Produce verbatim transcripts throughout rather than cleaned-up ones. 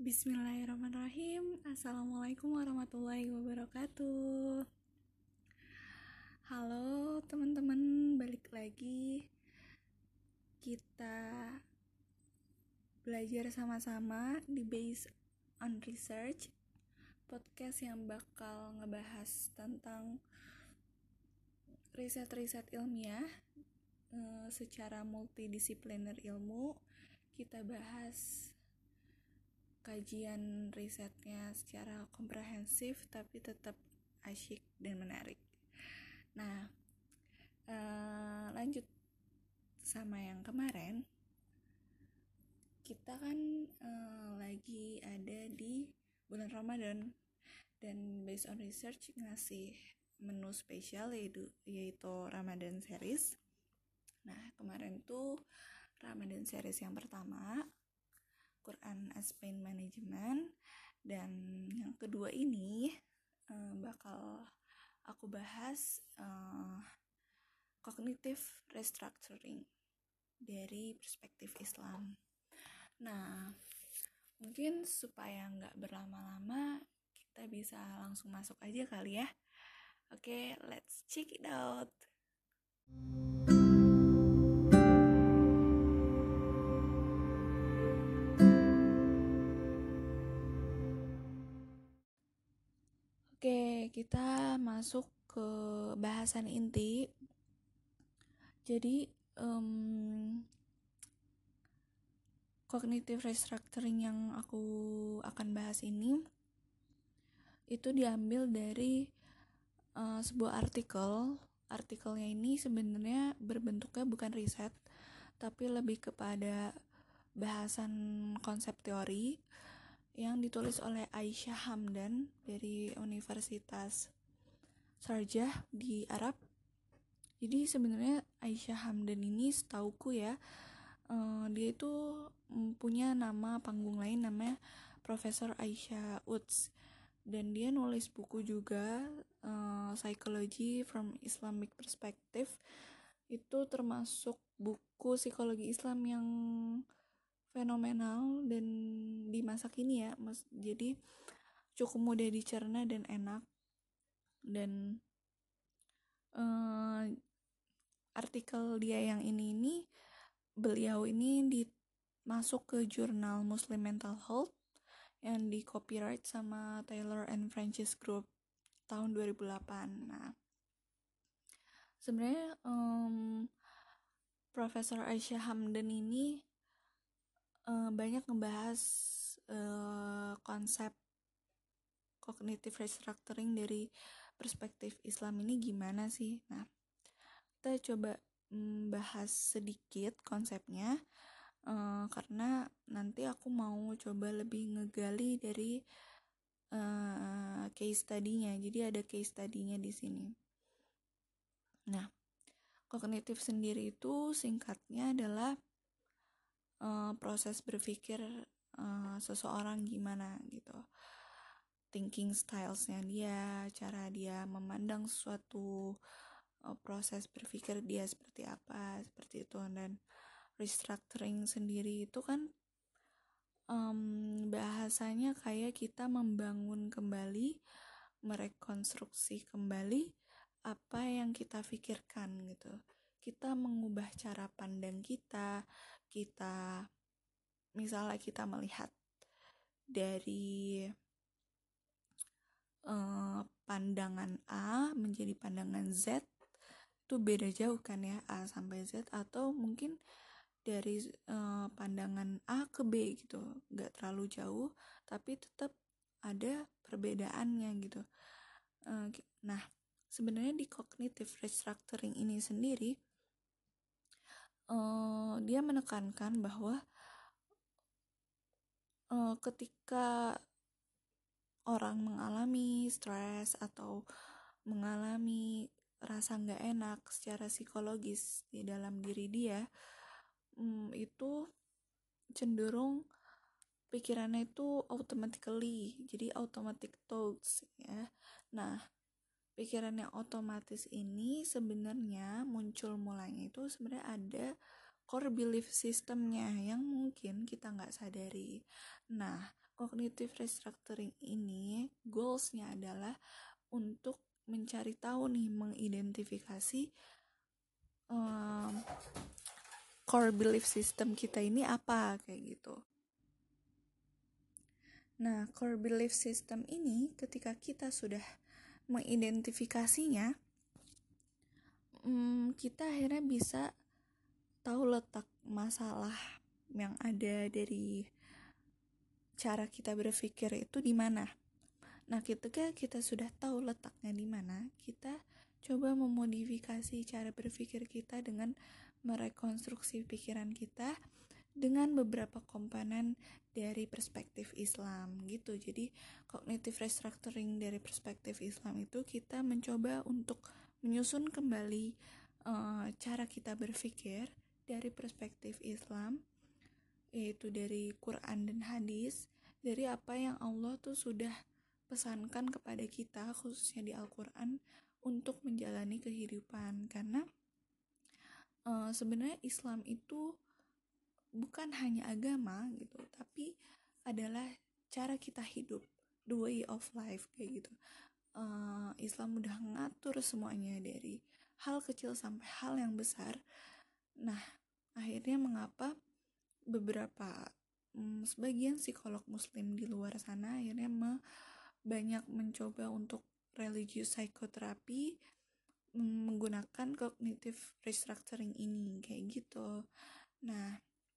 Bismillahirrahmanirrahim. Assalamualaikum warahmatullahi wabarakatuh. Halo teman-teman, balik lagi. Kita belajar sama-sama di Based on Research, podcast yang bakal ngebahas tentang riset-riset ilmiah e, secara multidisipliner ilmu. Kita bahas kajian risetnya secara komprehensif tapi tetap asyik dan menarik. Nah, eh, lanjut sama yang kemarin, kita kan eh, lagi ada di bulan Ramadan dan Based on Research ngasih menu spesial yaitu, yaitu Ramadan Series. Nah, kemarin tuh Ramadan Series yang pertama, Quran as Pain Management, dan yang kedua ini uh, bakal aku bahas uh, Cognitive Restructuring dari perspektif Islam. Nah, mungkin supaya nggak berlama-lama, kita bisa langsung masuk aja kali ya. Oke, okay, let's check it out. Oke, kita masuk ke bahasan inti. Jadi, um, cognitive restructuring yang aku akan bahas ini itu diambil dari uh, sebuah artikel. Artikelnya ini sebenarnya berbentuknya bukan riset, tapi lebih kepada bahasan konsep teori yang ditulis oleh Aisyah Hamdan dari Universitas Sharjah di Arab. Jadi sebenarnya Aisyah Hamdan ini setauku ya, uh, dia itu punya nama panggung lain namanya Profesor Aisyah Woods, dan dia nulis buku juga, uh, Psychology from Islamic Perspective. Itu termasuk buku psikologi Islam yang fenomenal dan di masa kini ya, mas, jadi cukup mudah dicerna dan enak. Dan uh, artikel dia yang ini ini beliau ini di, masuk ke jurnal Muslim Mental Health yang di copyright sama Taylor and Francis Group tahun dua ribu delapan. Nah, sebenarnya um, Profesor Aisyah Hamdan ini uh, banyak ngebahas uh, konsep cognitive restructuring dari perspektif Islam ini gimana sih. Nah, kita coba um, bahas sedikit konsepnya, uh, karena nanti aku mau coba lebih ngegali dari uh, case study-nya. Jadi ada case study-nya di sini. Nah, kognitif sendiri itu singkatnya adalah uh, proses berpikir uh, seseorang gimana gitu, thinking styles-nya dia, cara dia memandang suatu uh, proses berpikir dia seperti apa, seperti itu. Dan restructuring sendiri itu kan um, bahasanya kayak kita membangun kembali, merekonstruksi kembali apa yang kita pikirkan gitu. Kita mengubah cara pandang kita, kita misalnya kita melihat dari uh, pandangan A menjadi pandangan Z, itu beda jauh kan ya, A sampai Z, atau mungkin dari uh, pandangan A ke B gitu, gak terlalu jauh tapi tetap ada perbedaannya gitu. Uh, nah, sebenarnya di cognitive restructuring ini sendiri uh, dia menekankan bahwa uh, ketika orang mengalami stres atau mengalami rasa gak enak secara psikologis di dalam diri dia, hmm, itu cenderung pikirannya itu automatically, jadi automatic thoughts ya. Nah, pikiran yang otomatis ini sebenarnya muncul mulanya itu sebenarnya ada core belief systemnya yang mungkin kita nggak sadari. Nah, cognitive restructuring ini goalsnya adalah untuk mencari tahu nih, mengidentifikasi um, core belief system kita ini apa, kayak gitu. Nah, core belief system ini ketika kita sudah mengidentifikasinya, hmm, kita akhirnya bisa tahu letak masalah yang ada dari cara kita berpikir itu di mana. Nah, ketika kita sudah tahu letaknya di mana, kita coba memodifikasi cara berpikir kita dengan merekonstruksi pikiran kita dengan beberapa komponen dari perspektif Islam gitu. Jadi cognitive restructuring dari perspektif Islam itu kita mencoba untuk menyusun kembali uh, cara kita berpikir dari perspektif Islam, yaitu dari Quran dan hadis, dari apa yang Allah tuh sudah pesankan kepada kita khususnya di Al-Quran untuk menjalani kehidupan. Karena uh, sebenarnya Islam itu bukan hanya agama gitu, tapi adalah cara kita hidup, the way of life kayak gitu. Uh, Islam udah ngatur semuanya dari hal kecil sampai hal yang besar. Nah, akhirnya mengapa beberapa um, sebagian psikolog Muslim di luar sana akhirnya me- banyak mencoba untuk religious psychotherapy um, menggunakan cognitive restructuring ini kayak gitu. Nah,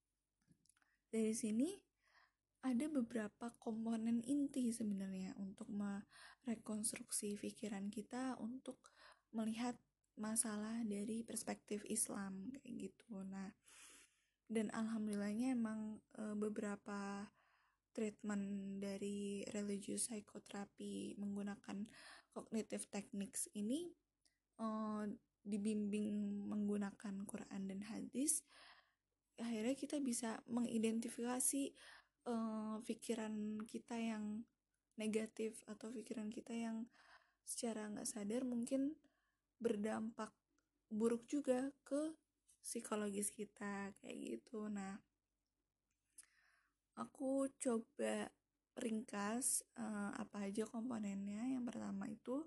dari sini ada beberapa komponen inti sebenarnya untuk merekonstruksi pikiran kita untuk melihat masalah dari perspektif Islam kayak gitu. Nah, dan alhamdulillahnya emang e, beberapa treatment dari religious psychotherapy menggunakan cognitive techniques ini e, dibimbing menggunakan Quran dan hadis. Akhirnya kita bisa mengidentifikasi uh, pikiran kita yang negatif atau pikiran kita yang secara nggak sadar mungkin berdampak buruk juga ke psikologis kita kayak gitu. Nah, aku coba ringkas uh, apa aja komponennya. Yang pertama itu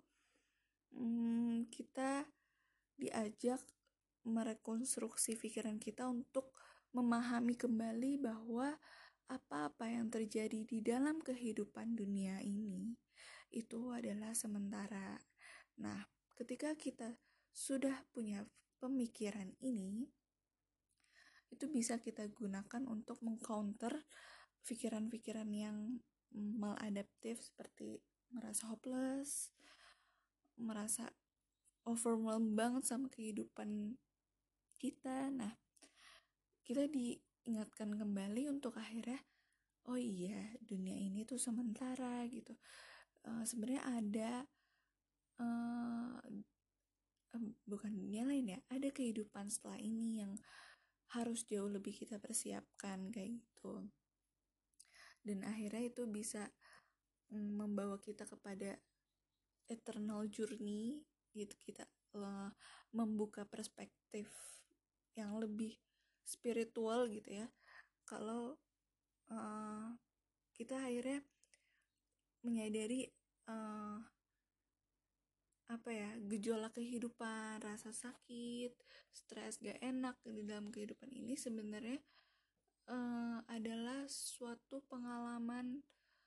hmm, kita diajak merekonstruksi pikiran kita untuk memahami kembali bahwa apa-apa yang terjadi di dalam kehidupan dunia ini itu adalah sementara. Nah, ketika kita sudah punya pemikiran ini, itu bisa kita gunakan untuk mengcounter pikiran-pikiran yang maladaptif seperti merasa hopeless, merasa overwhelmed banget sama kehidupan kita. Nah, kita diingatkan kembali untuk akhirnya oh iya, dunia ini tuh sementara gitu. Uh, sebenarnya ada uh, uh, bukan dunia lain ya, ada kehidupan setelah ini yang harus jauh lebih kita persiapkan kayak gitu. Dan akhirnya itu bisa um, membawa kita kepada eternal journey gitu, kita uh, membuka perspektif yang lebih spiritual gitu ya. Kalau uh, kita akhirnya menyadari uh, apa ya, gejolak kehidupan, rasa sakit, stres, gak enak di dalam kehidupan ini sebenarnya uh, adalah suatu pengalaman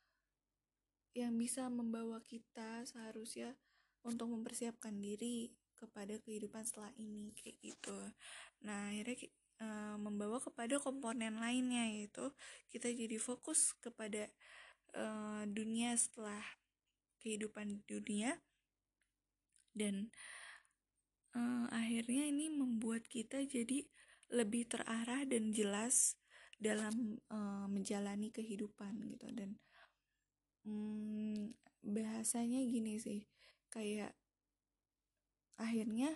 yang bisa membawa kita seharusnya untuk mempersiapkan diri kepada kehidupan setelah ini kayak gitu. Nah, akhirnya uh, membawa kepada komponen lainnya, yaitu kita jadi fokus kepada uh, dunia setelah kehidupan dunia. Dan uh, akhirnya ini membuat kita jadi lebih terarah dan jelas dalam uh, menjalani kehidupan gitu. Dan um, bahasanya gini sih, kayak akhirnya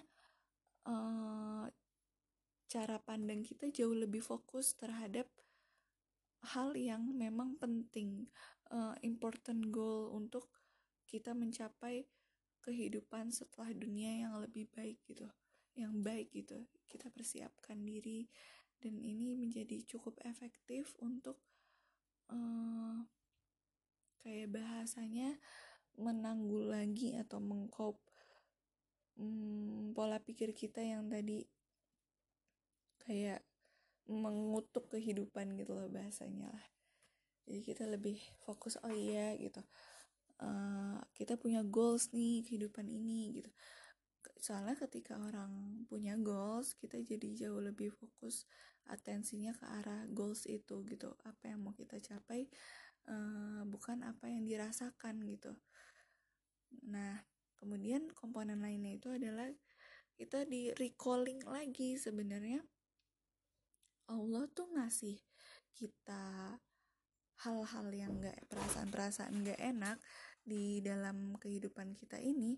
uh, cara pandang kita jauh lebih fokus terhadap hal yang memang penting, uh, important goal untuk kita mencapai kehidupan setelah dunia yang lebih baik gitu, yang baik gitu. Kita persiapkan diri dan ini menjadi cukup efektif untuk uh, kayak bahasanya menanggulangi atau mengkop um, pola pikir kita yang tadi kayak mengutuk kehidupan gitu loh bahasanya lah. Jadi kita lebih fokus, oh iya gitu, uh, kita punya goals nih kehidupan ini gitu. Soalnya ketika orang punya goals, kita jadi jauh lebih fokus atensinya ke arah goals itu gitu, apa yang mau kita capai, uh, bukan apa yang dirasakan gitu. Nah kemudian komponen lainnya itu adalah kita di recalling lagi sebenarnya Allah tuh ngasih kita hal-hal yang gak, perasaan-perasaan gak enak di dalam kehidupan kita ini.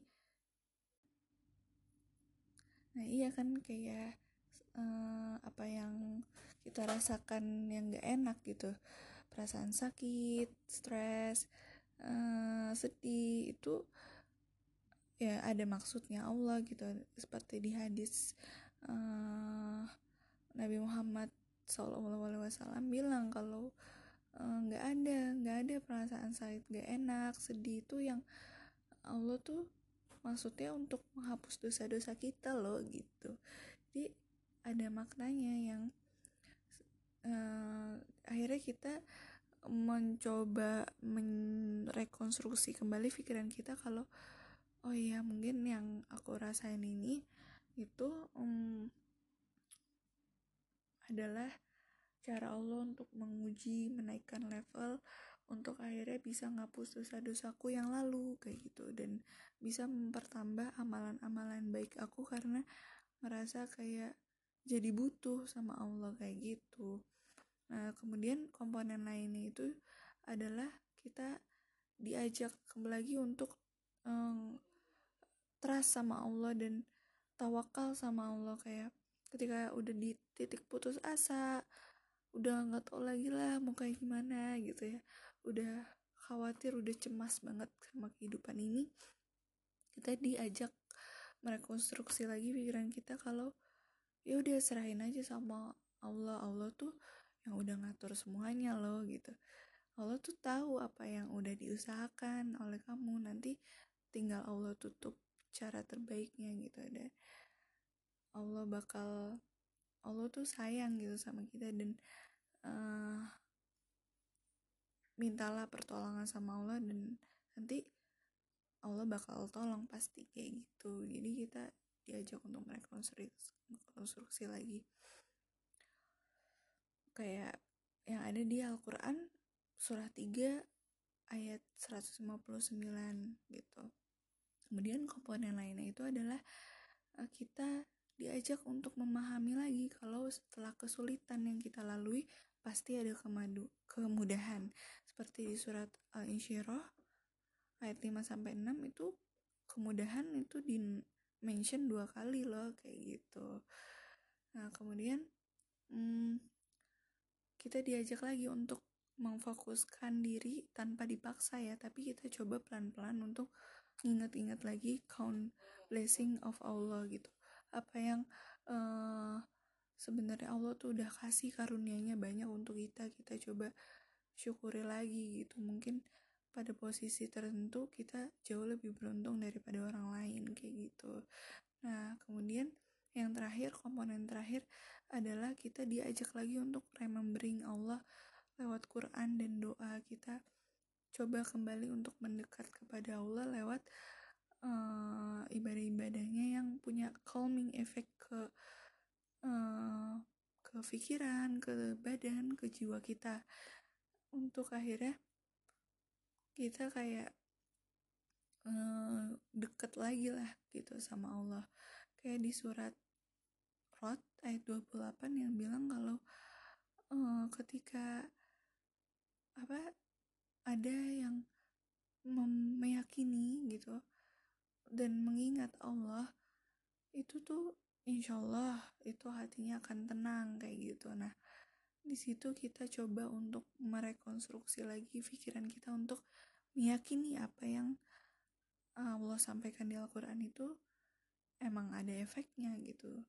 Nah iya kan, kayak uh, apa yang kita rasakan yang gak enak gitu, perasaan sakit, stres, uh, sedih, itu ya ada maksudnya Allah gitu. Seperti di hadis uh, Nabi Muhammad shallallahu alaihi wasallam bilang kalau nggak uh, ada nggak ada perasaan sakit nggak enak sedih itu yang Allah tuh maksudnya untuk menghapus dosa-dosa kita loh gitu. Jadi ada maknanya yang uh, akhirnya kita mencoba merekonstruksi kembali pikiran kita kalau oh iya mungkin yang aku rasain ini itu um, adalah cara Allah untuk menguji, menaikkan level untuk akhirnya bisa ngapus dosa-dosaku yang lalu kayak gitu, dan bisa mempertambah amalan-amalan baik aku karena merasa kayak jadi butuh sama Allah kayak gitu. Nah kemudian komponen lainnya itu adalah kita diajak kembali lagi untuk um, trust sama Allah dan tawakal sama Allah. Kayak ketika udah di titik putus asa, udah nggak tahu lagi lah mau kayak gimana gitu ya, udah khawatir, udah cemas banget sama kehidupan ini, kita diajak merekonstruksi lagi pikiran kita kalau ya udah serahin aja sama Allah. Allah tuh yang udah ngatur semuanya loh gitu. Allah tuh tahu apa yang udah diusahakan oleh kamu, nanti tinggal Allah tutup cara terbaiknya gitu. Ada Allah bakal, Allah tuh sayang gitu sama kita, dan uh, mintalah pertolongan sama Allah dan nanti Allah bakal tolong pasti kayak gitu. Jadi kita diajak untuk merekonstruksi lagi kayak yang ada di Al-Quran surah tiga ayat seratus lima puluh sembilan gitu. Kemudian komponen lainnya itu adalah uh, kita diajak untuk memahami lagi kalau setelah kesulitan yang kita lalui pasti ada kemadu, kemudahan. Seperti di surat Al-Insyirah ayat lima sampai enam itu kemudahan itu di mention dua kali loh kayak gitu. Nah kemudian hmm, kita diajak lagi untuk memfokuskan diri tanpa dipaksa ya, tapi kita coba pelan-pelan untuk ingat-ingat lagi count blessing of Allah gitu. Apa yang uh, sebenarnya Allah tuh udah kasih karunia-Nya banyak untuk kita, kita coba syukuri lagi gitu. Mungkin pada posisi tertentu kita jauh lebih beruntung daripada orang lain kayak gitu. Nah kemudian yang terakhir, komponen terakhir adalah kita diajak lagi untuk remembering Allah lewat Quran dan doa. Kita coba kembali untuk mendekat kepada Allah lewat uh, ibadah-ibadahnya yang punya calming effect ke uh, ke pikiran, ke badan, ke jiwa kita, untuk akhirnya kita kayak uh, deket lagi lah gitu sama Allah. Kayak di surat Rod ayat dua puluh delapan yang bilang kalau uh, ketika apa ada yang meyakini gitu dan mengingat Allah, itu tuh insya Allah itu hatinya akan tenang kayak gitu. Nah di situ kita coba untuk merekonstruksi lagi pikiran kita untuk meyakini apa yang Allah sampaikan di Al-Quran itu emang ada efeknya gitu.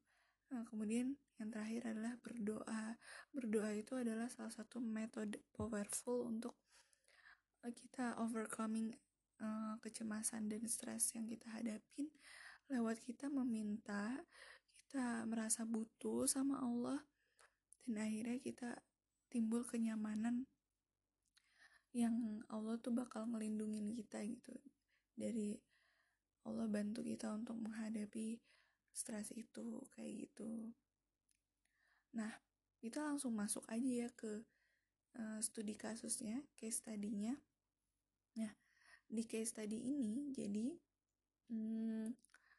Nah, kemudian yang terakhir adalah berdoa. Berdoa itu adalah salah satu metode powerful untuk uh, kita overcoming uh, kecemasan dan stres yang kita hadapin lewat kita meminta, kita merasa butuh sama Allah, dan akhirnya kita timbul kenyamanan yang Allah tuh bakal ngelindungin kita gitu, dari Allah bantu kita untuk menghadapi stres itu kayak gitu. Nah, kita langsung masuk aja ya ke uh, studi kasusnya, case study-nya. Nah, di case study ini jadi hmm,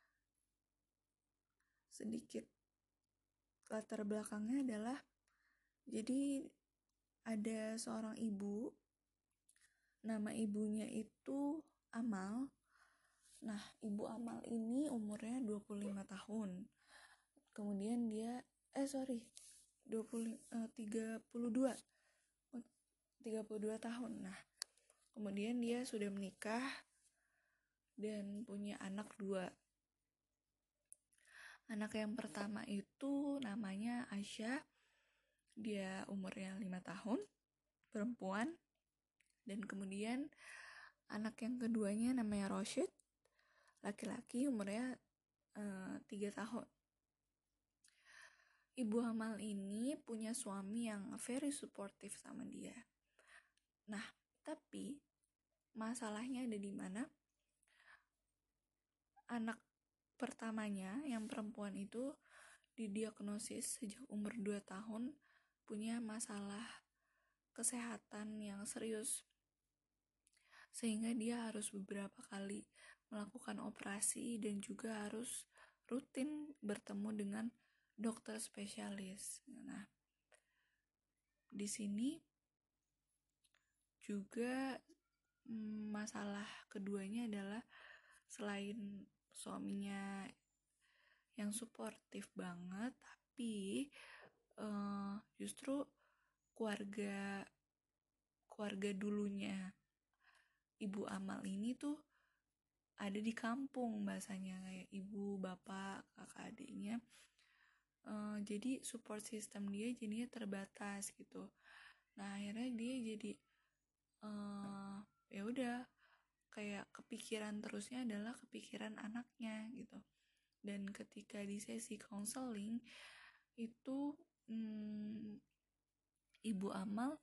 sedikit latar belakangnya adalah, jadi ada seorang ibu, nama ibunya itu Amal. Nah, ibu Amal ini umurnya dua puluh lima tahun. Kemudian dia eh sorry dua puluh eh, tiga puluh dua tiga puluh dua tahun. Nah, kemudian dia sudah menikah dan punya anak dua. Anak yang pertama itu namanya Aisyah. Dia umurnya lima tahun, perempuan. Dan kemudian anak yang keduanya namanya Roshid, laki-laki, umurnya uh, tiga tahun. Ibu Amal ini punya suami yang very supportive sama dia. Nah, tapi masalahnya ada di mana? Anak pertamanya yang perempuan itu didiagnosis sejak umur dua tahun punya masalah kesehatan yang serius, sehingga dia harus beberapa kali melakukan operasi dan juga harus rutin bertemu dengan dokter spesialis. Nah, di sini juga mm, masalah keduanya adalah selain suaminya yang suportif banget, tapi uh, justru keluarga keluarga dulunya Ibu Amal ini tuh ada di kampung, bahasanya kayak ibu, bapak, kakak adiknya. Uh, jadi support system dia jadinya terbatas gitu. Nah, akhirnya dia jadi uh, ya udah kayak kepikiran terusnya adalah kepikiran anaknya gitu. Dan ketika di sesi counseling itu hmm, Ibu Amal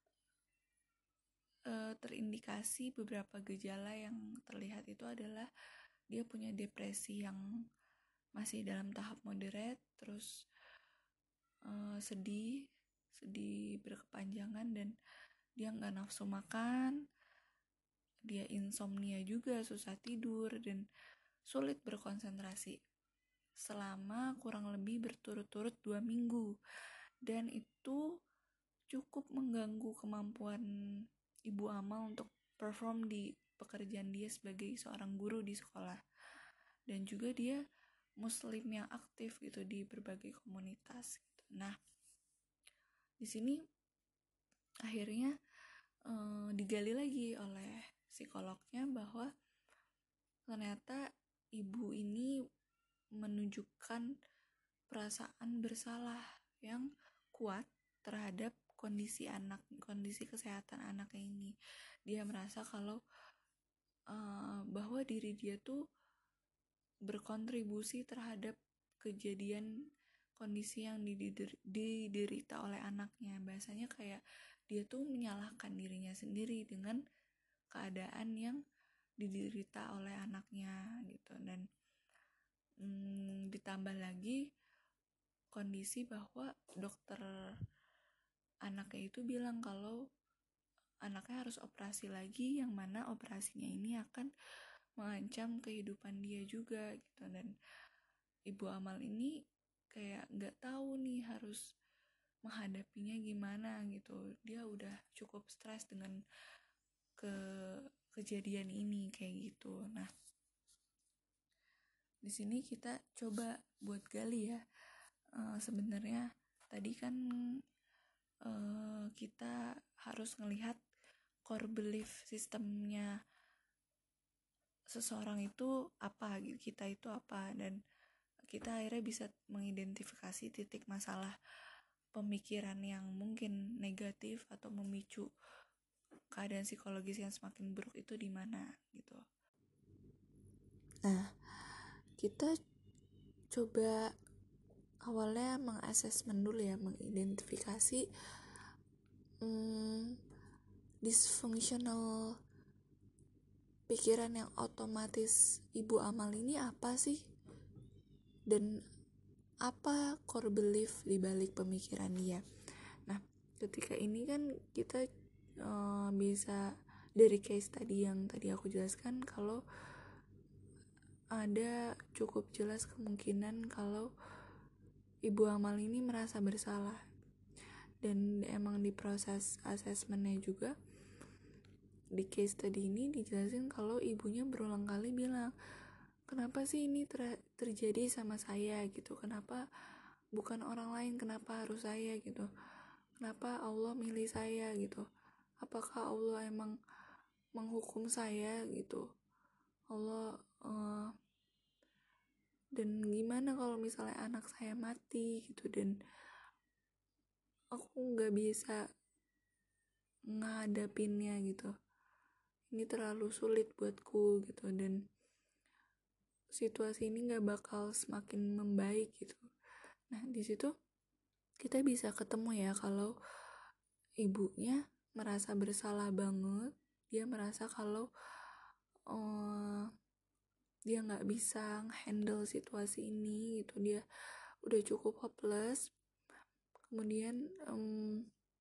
uh, terindikasi beberapa gejala yang terlihat itu adalah dia punya depresi yang masih dalam tahap moderate, terus uh, sedih, sedih berkepanjangan, dan dia nggak nafsu makan, dia insomnia juga, susah tidur, dan sulit berkonsentrasi selama kurang lebih berturut-turut dua minggu. Dan itu cukup mengganggu kemampuan Ibu Amal untuk perform di pekerjaan dia sebagai seorang guru di sekolah. Dan juga dia muslim yang aktif gitu di berbagai komunitas gitu. Nah, di sini akhirnya eh, digali lagi oleh psikolognya bahwa ternyata ibu ini menunjukkan perasaan bersalah yang kuat terhadap kondisi anak, kondisi kesehatan anaknya ini. Dia merasa kalau uh, bahwa diri dia tuh berkontribusi terhadap kejadian kondisi yang diderita oleh anaknya. Bahasanya kayak dia tuh menyalahkan dirinya sendiri dengan keadaan yang diderita oleh anaknya gitu. Dan hmm, ditambah lagi kondisi bahwa dokter anaknya itu bilang kalau anaknya harus operasi lagi, yang mana operasinya ini akan mengancam kehidupan dia juga gitu. Dan Ibu Amal ini kayak nggak tahu nih harus menghadapinya gimana gitu. Dia udah cukup stres dengan ke kejadian ini kayak gitu. Nah, di sini kita coba buat gali ya. Uh, sebenarnya tadi kan uh, kita harus ngelihat core belief sistemnya seseorang itu apa gitu, kita itu apa, dan kita akhirnya bisa mengidentifikasi titik masalah pemikiran yang mungkin negatif atau memicu keadaan psikologis yang semakin buruk itu di mana gitu. Nah, kita coba awalnya mengasesmen dulu ya, mengidentifikasi hmm, dysfunctional pikiran yang otomatis ibu amal ini apa sih, dan apa core belief di balik pemikiran dia. Nah, ketika ini kan kita uh, bisa dari case tadi yang tadi aku jelaskan, kalau ada cukup jelas kemungkinan kalau ibu amal ini merasa bersalah. Dan emang di proses asesmennya juga, di case tadi ini dijelasin kalau ibunya berulang kali bilang, kenapa sih ini ter- terjadi sama saya gitu, kenapa bukan orang lain, kenapa harus saya gitu, kenapa Allah milih saya gitu, apakah Allah emang menghukum saya gitu, Allah uh, dan gimana kalau misalnya anak saya mati gitu, dan aku gak bisa ngadapinnya gitu, ini terlalu sulit buatku gitu, dan situasi ini gak bakal semakin membaik gitu. Nah, di situ kita bisa ketemu ya kalau ibunya merasa bersalah banget, dia merasa kalau uh, dia nggak bisa handle situasi ini gitu, dia udah cukup hopeless. Kemudian um,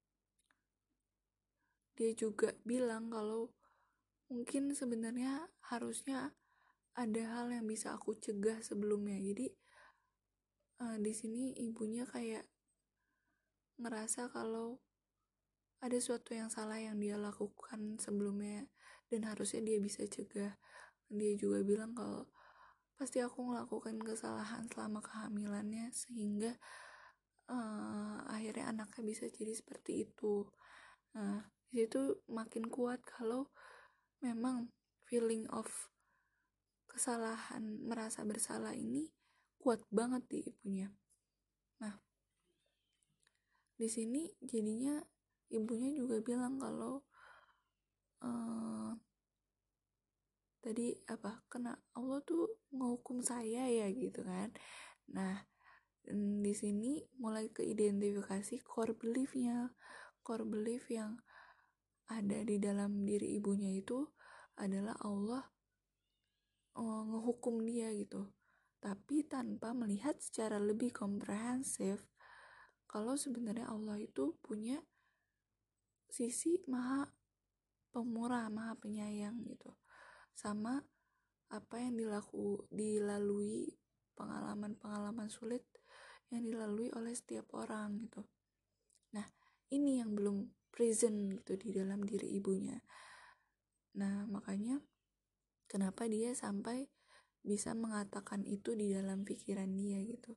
dia juga bilang kalau mungkin sebenarnya harusnya ada hal yang bisa aku cegah sebelumnya. Jadi uh, di sini ibunya kayak ngerasa kalau ada sesuatu yang salah yang dia lakukan sebelumnya dan harusnya dia bisa cegah. Dia juga bilang kalau pasti aku melakukan kesalahan selama kehamilannya sehingga uh, akhirnya anaknya bisa jadi seperti itu. Nah, di situ makin kuat kalau memang feeling of kesalahan, merasa bersalah ini kuat banget di ibunya. Nah, di sini jadinya ibunya juga bilang kalau uh, tadi apa, kena Allah tuh menghukum saya ya gitu kan. Nah, di sini mulai keidentifikasi core beliefnya, core belief yang ada di dalam diri ibunya itu adalah Allah uh, ngehukum dia gitu, tapi tanpa melihat secara lebih komprehensif kalau sebenarnya Allah itu punya sisi maha pemurah, maha penyayang gitu, sama apa yang dilaku, dilalui pengalaman-pengalaman sulit yang dilalui oleh setiap orang gitu. Nah, ini yang belum present gitu di dalam diri ibunya. Nah, makanya kenapa dia sampai bisa mengatakan itu di dalam pikiran dia gitu.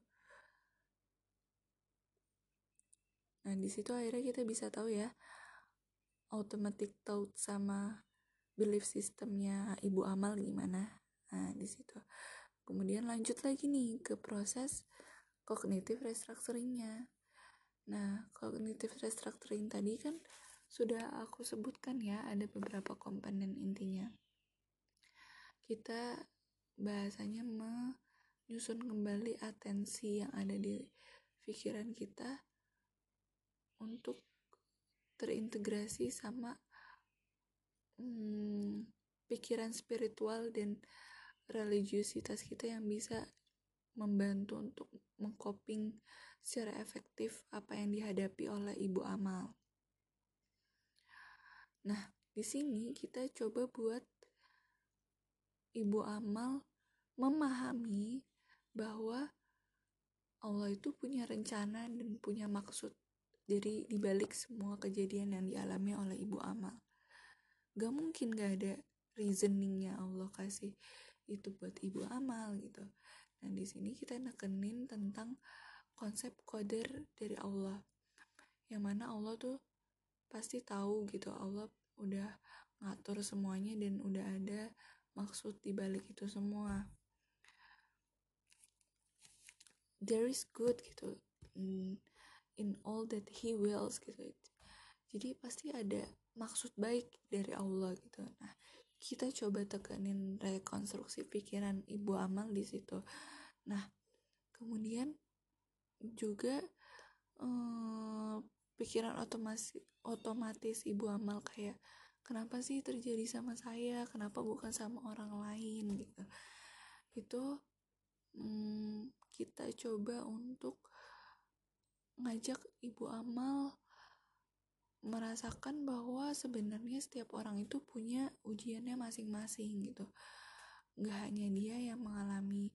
Nah, di situ akhirnya kita bisa tahu ya automatic thought sama belief systemnya ibu amal gimana. Nah, di situ. Kemudian lanjut lagi nih ke proses cognitive restructuringnya. Nah, cognitive restructuring tadi kan sudah aku sebutkan ya, ada beberapa komponen intinya. Kita bahasanya menyusun kembali atensi yang ada di pikiran kita untuk terintegrasi sama hmm, pikiran spiritual dan religiusitas kita yang bisa membantu untuk mengcoping secara efektif apa yang dihadapi oleh ibu amal. Nah, di sini kita coba buat ibu amal memahami bahwa Allah itu punya rencana dan punya maksud dari dibalik semua kejadian yang dialami oleh ibu amal. Gak mungkin gak ada reasoningnya Allah kasih itu buat ibu amal gitu. Nah, di sini kita nekenin tentang konsep qadar dari Allah, yang mana Allah tuh pasti tahu gitu, Allah udah ngatur semuanya dan udah ada maksud di balik itu semua. there is good gitu in, in all that he wills gitu. Jadi pasti ada maksud baik dari Allah gitu. Nah, kita coba tekenin rekonstruksi pikiran Ibu Amal di situ. Nah, kemudian juga eh, pikiran otomatis otomatis Ibu Amal kayak, kenapa sih terjadi sama saya, kenapa bukan sama orang lain gitu. Itu hmm, kita coba untuk ngajak Ibu Amal merasakan bahwa sebenarnya setiap orang itu punya ujiannya masing-masing gitu. Gak hanya dia yang mengalami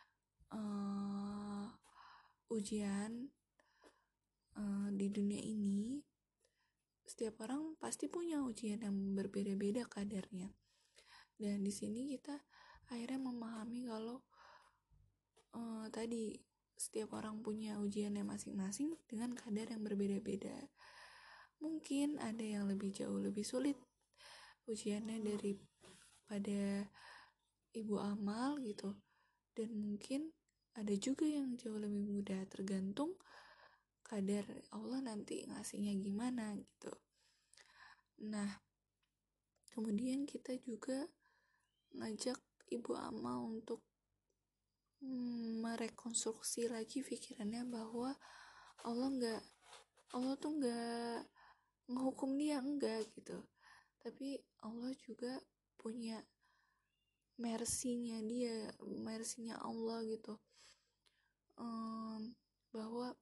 uh, ujian uh, di dunia ini, setiap orang pasti punya ujian yang berbeda-beda kadarnya. Dan di sini kita akhirnya memahami kalau uh, tadi setiap orang punya ujiannya masing-masing dengan kadar yang berbeda-beda. Mungkin ada yang lebih jauh lebih sulit ujiannya daripada Ibu Amal gitu, dan mungkin ada juga yang jauh lebih mudah, tergantung kadar Allah nanti ngasihnya gimana gitu. Nah, kemudian kita juga ngajak Ibu Amal untuk hmm, merekonstruksi lagi pikirannya bahwa Allah nggak Allah tuh nggak ngehukum dia, enggak gitu, tapi Allah juga punya mercy-nya dia, mercy-nya Allah gitu, um, bahwa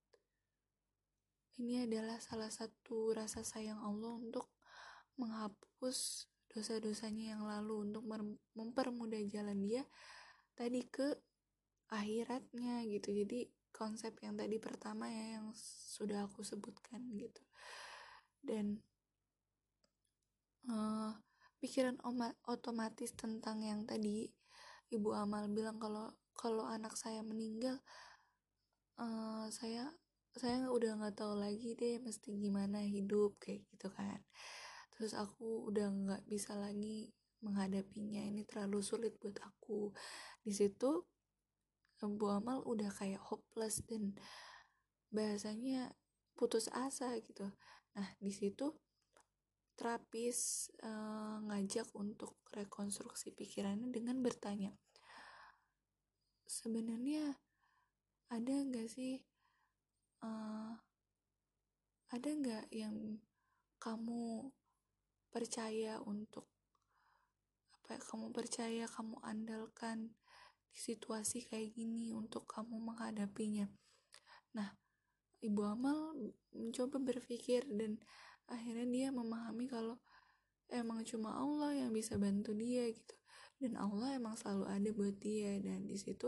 ini adalah salah satu rasa sayang Allah untuk menghapus dosa-dosanya yang lalu, untuk mempermudah jalan dia tadi ke akhiratnya gitu. Jadi konsep yang tadi pertama ya, yang sudah aku sebutkan gitu. Dan uh, pikiran oma- otomatis tentang yang tadi Ibu Amal bilang, kalau kalau anak saya meninggal, uh, saya saya udah nggak tahu lagi deh mesti gimana hidup kayak gitu kan. Terus aku udah nggak bisa lagi menghadapinya, ini terlalu sulit buat aku. Di situ Ibu Amal udah kayak hopeless dan bahasanya putus asa gitu. Nah, di situ terapis uh, ngajak untuk rekonstruksi pikirannya dengan bertanya, sebenarnya ada nggak sih uh, ada nggak yang kamu percaya untuk apa ya, kamu percaya, kamu andalkan di situasi kayak gini untuk kamu menghadapinya. Nah, Ibu Amal mencoba berpikir dan akhirnya dia memahami kalau emang cuma Allah yang bisa bantu dia gitu, dan Allah emang selalu ada buat dia. Dan di situ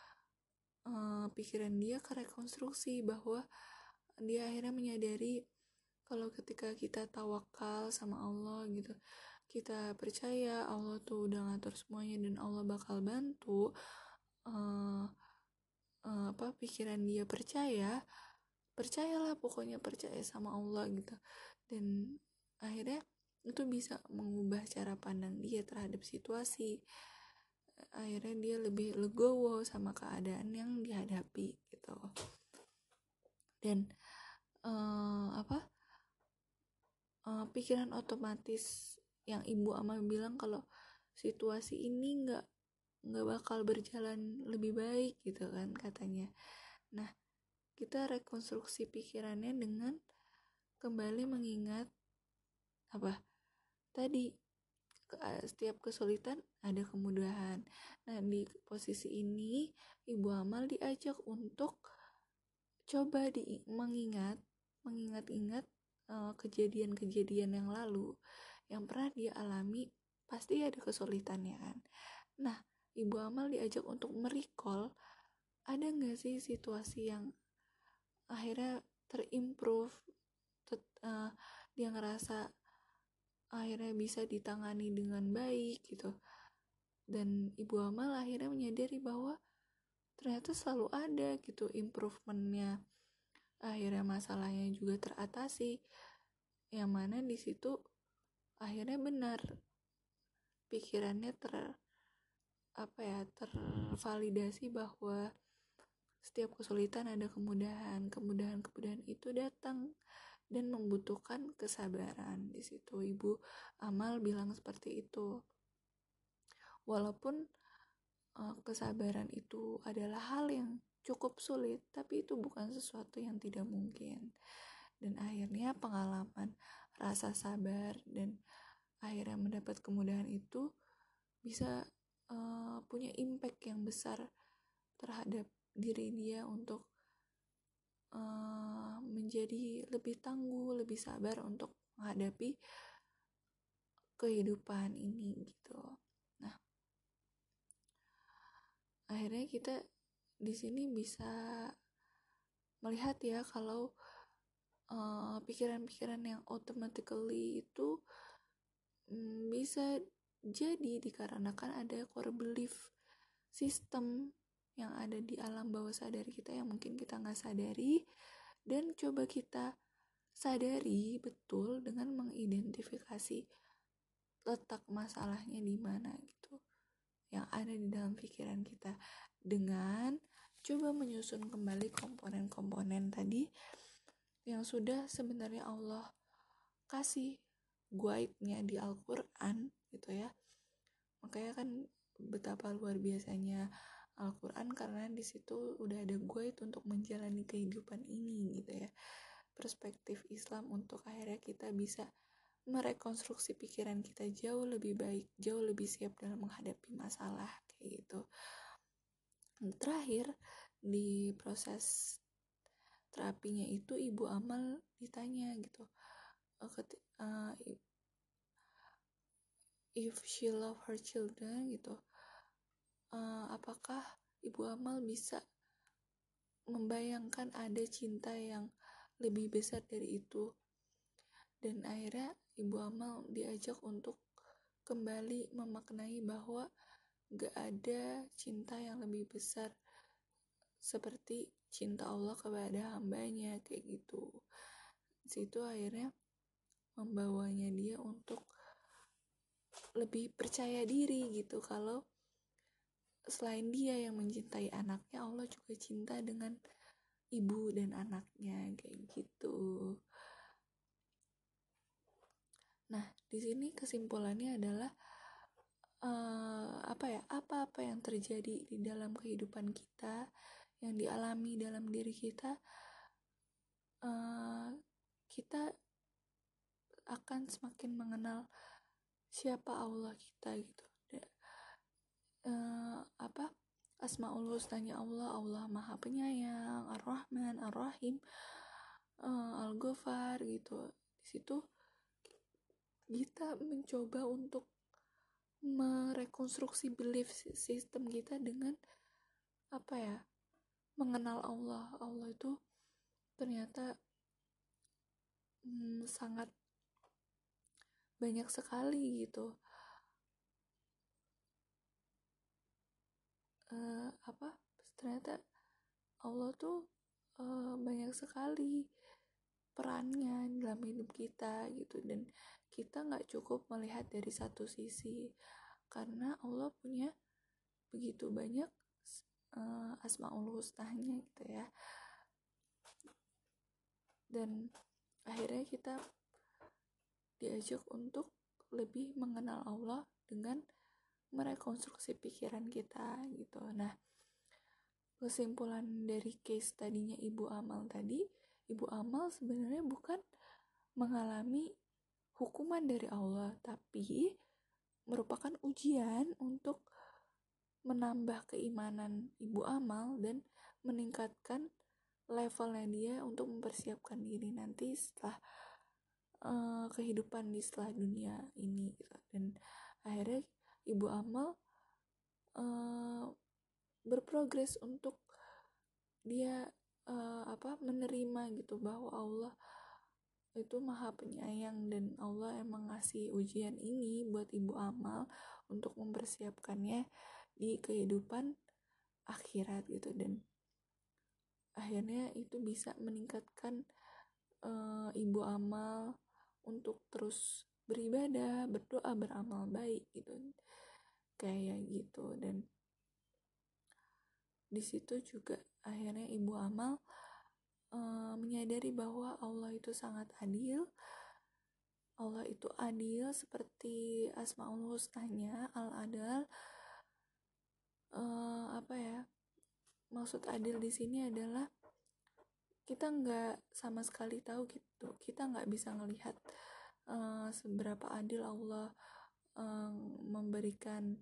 uh, pikiran dia kerekonstruksi bahwa dia akhirnya menyadari kalau ketika kita tawakal sama Allah gitu, kita percaya Allah tuh udah ngatur semuanya dan Allah bakal bantu, uh, uh, apa pikiran dia percaya percayalah pokoknya, percaya sama Allah gitu. Dan akhirnya itu bisa mengubah cara pandang dia terhadap situasi. Akhirnya dia lebih legowo sama keadaan yang dihadapi gitu. Dan uh, apa uh, pikiran otomatis yang Ibu Amal bilang kalau situasi ini nggak nggak bakal berjalan lebih baik gitu kan katanya. Nah, kita rekonstruksi pikirannya dengan kembali mengingat apa tadi, setiap kesulitan ada kemudahan. Nah, di posisi ini Ibu Amal diajak untuk coba di mengingat mengingat-ingat uh, kejadian-kejadian yang lalu yang pernah dia alami. Pasti ada kesulitannya kan. Nah, Ibu Amal diajak untuk merecall, ada nggak sih situasi yang akhirnya terimprove, ter, uh, dia ngerasa akhirnya bisa ditangani dengan baik gitu. Dan Ibu Amal akhirnya menyadari bahwa ternyata selalu ada gitu improvementnya. Akhirnya masalahnya juga teratasi, yang mana di situ akhirnya benar pikirannya ter apa ya tervalidasi bahwa setiap kesulitan ada kemudahan. Kemudahan-kemudahan itu datang dan membutuhkan kesabaran. Di situ Ibu Amal bilang seperti itu. Walaupun uh, kesabaran itu adalah hal yang cukup sulit, tapi itu bukan sesuatu yang tidak mungkin. Dan akhirnya pengalaman rasa sabar dan akhirnya mendapat kemudahan itu bisa uh, punya impact yang besar terhadap diri dia untuk uh, menjadi lebih tangguh, lebih sabar untuk menghadapi kehidupan ini gitu. Nah, akhirnya kita di sini bisa melihat ya kalau uh, pikiran-pikiran yang automatically itu mm, bisa jadi dikarenakan ada core belief system yang ada di alam bawah sadar kita yang mungkin kita nggak sadari, dan coba kita sadari betul dengan mengidentifikasi letak masalahnya di mana gitu yang ada di dalam pikiran kita, dengan coba menyusun kembali komponen-komponen tadi yang sudah sebenarnya Allah kasih guide-nya di Al-Quran gitu ya. Makanya kan betapa luar biasanya Al-Quran, karena di situ udah ada guide untuk menjalani kehidupan ini gitu ya. Perspektif Islam untuk akhirnya kita bisa merekonstruksi pikiran kita jauh lebih baik, jauh lebih siap dalam menghadapi masalah kayak gitu. Terakhir di proses terapinya itu Ibu Amal ditanya gitu, uh, if she love her children gitu, uh, apakah Ibu Amal bisa membayangkan ada cinta yang lebih besar dari itu. Dan akhirnya Ibu Amal diajak untuk kembali memaknai bahwa gak ada cinta yang lebih besar seperti cinta Allah kepada hambanya kayak gitu. Situ akhirnya membawanya dia untuk lebih percaya diri gitu, kalau selain dia yang mencintai anaknya, Allah juga cinta dengan ibu dan anaknya kayak gitu. Nah, di sini kesimpulannya adalah uh, apa ya? Apa-apa yang terjadi di dalam kehidupan kita, yang dialami dalam diri kita, uh, kita akan semakin mengenal siapa Allah kita gitu. Uh, apa? Asmaul Husnanya Allah, Allah Maha Penyayang, Ar-Rahman, Ar-Rahim, uh, Al-Ghafar gitu. Di situ kita mencoba untuk merekonstruksi belief system kita dengan apa ya? Mengenal Allah. Allah itu ternyata hmm, sangat banyak sekali gitu. Uh, apa? Ternyata Allah tuh uh, banyak sekali perannya dalam hidup kita gitu, dan kita nggak cukup melihat dari satu sisi, karena Allah punya begitu banyak uh, asmaul husnanya gitu ya. Dan akhirnya kita diajak untuk lebih mengenal Allah dengan merekonstruksi pikiran kita gitu. Nah, kesimpulan dari case tadinya Ibu Amal tadi, Ibu Amal sebenarnya bukan mengalami hukuman dari Allah, tapi merupakan ujian untuk menambah keimanan Ibu Amal dan meningkatkan levelnya dia untuk mempersiapkan diri nanti setelah uh, kehidupan di setelah dunia ini gitu. Dan akhirnya Ibu Amal uh, berprogres untuk dia uh, apa menerima gitu bahwa Allah itu Maha Penyayang, dan Allah emang ngasih ujian ini buat Ibu Amal untuk mempersiapkannya di kehidupan akhirat gitu. Dan akhirnya itu bisa meningkatkan uh, Ibu Amal untuk terus beribadah, berdoa, beramal baik gitu kayak gitu. Dan di situ juga akhirnya Ibu Amal uh, menyadari bahwa Allah itu sangat adil. Allah itu adil seperti Asmaul Husnanya, Al-Adal. Uh, apa ya? Maksud adil di sini adalah kita nggak sama sekali tahu gitu. Kita nggak bisa ngelihat uh, seberapa adil Allah uh, memberikan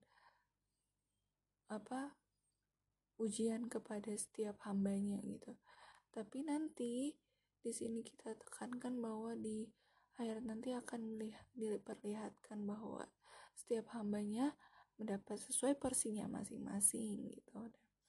apa ujian kepada setiap hambanya gitu. Tapi nanti di sini kita tekankan bahwa di akhirat nanti akan melihat, diperlihatkan bahwa setiap hambanya mendapat sesuai porsinya masing-masing gitu.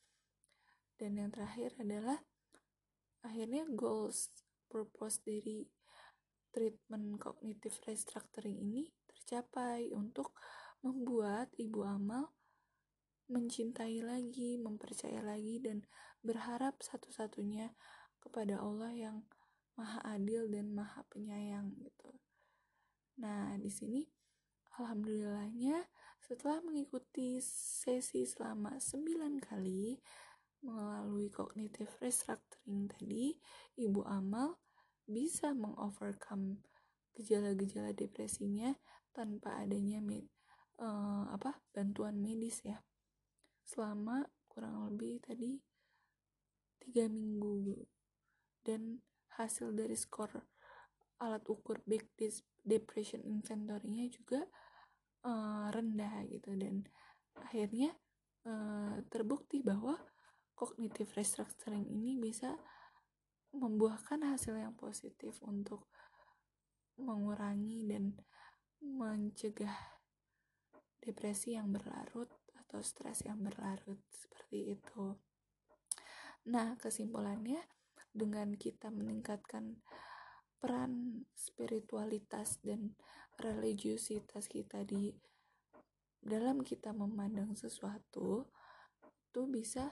Dan yang terakhir adalah akhirnya goals, purpose dari treatment cognitive restructuring ini tercapai untuk membuat Ibu Amal mencintai lagi, mempercaya lagi, dan berharap satu-satunya kepada Allah yang Maha Adil dan Maha Penyayang gitu. Nah, di sini alhamdulillahnya setelah mengikuti sesi selama sembilan kali melalui cognitive restructuring tadi, Ibu Amal bisa mengovercome gejala-gejala depresinya tanpa adanya med, uh, apa bantuan medis ya. Selama kurang lebih tadi tiga minggu, dan hasil dari skor alat ukur Big Depression Inventory-nya juga uh, rendah gitu, dan akhirnya uh, terbukti bahwa cognitive restructuring ini bisa membuahkan hasil yang positif untuk mengurangi dan mencegah depresi yang berlarut atau stres yang berlarut seperti itu. Nah, kesimpulannya dengan kita meningkatkan peran spiritualitas dan religiusitas kita di dalam kita memandang sesuatu, itu bisa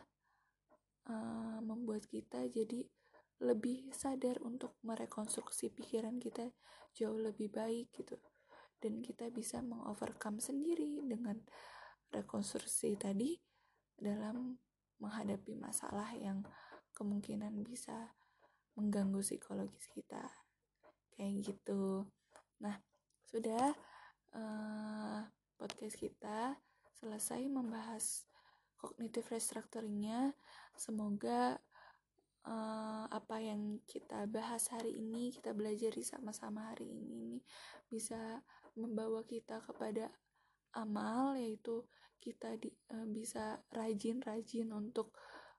uh, membuat kita jadi lebih sadar untuk merekonstruksi pikiran kita jauh lebih baik gitu, dan kita bisa mengovercome sendiri dengan rekonstruksi tadi dalam menghadapi masalah yang kemungkinan bisa mengganggu psikologis kita kayak gitu. Nah, sudah uh, podcast kita selesai membahas cognitive restructuring-nya. Semoga uh, apa yang kita bahas hari ini, kita belajar sama-sama hari ini bisa membawa kita kepada amal, yaitu kita di, uh, bisa rajin-rajin untuk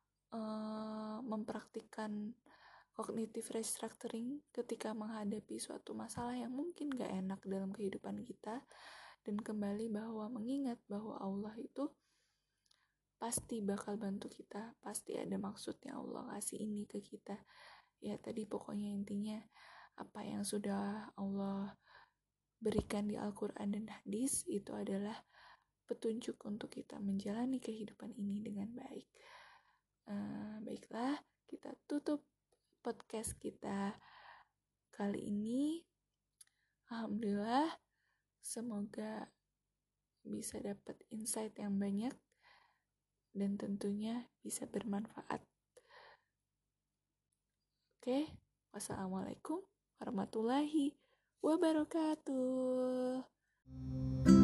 uh, mempraktikkan cognitive restructuring ketika menghadapi suatu masalah yang mungkin gak enak dalam kehidupan kita, dan kembali bahwa mengingat bahwa Allah itu pasti bakal bantu kita, pasti ada maksudnya Allah kasih ini ke kita. Ya tadi pokoknya intinya apa yang sudah Allah berikan di Al-Quran dan hadis itu adalah petunjuk untuk kita menjalani kehidupan ini dengan baik. Uh, baiklah, kita tutup podcast kita kali ini. Alhamdulillah, semoga bisa dapat insight yang banyak dan tentunya bisa bermanfaat. Oke, wassalamualaikum warahmatullahi wabarakatuh.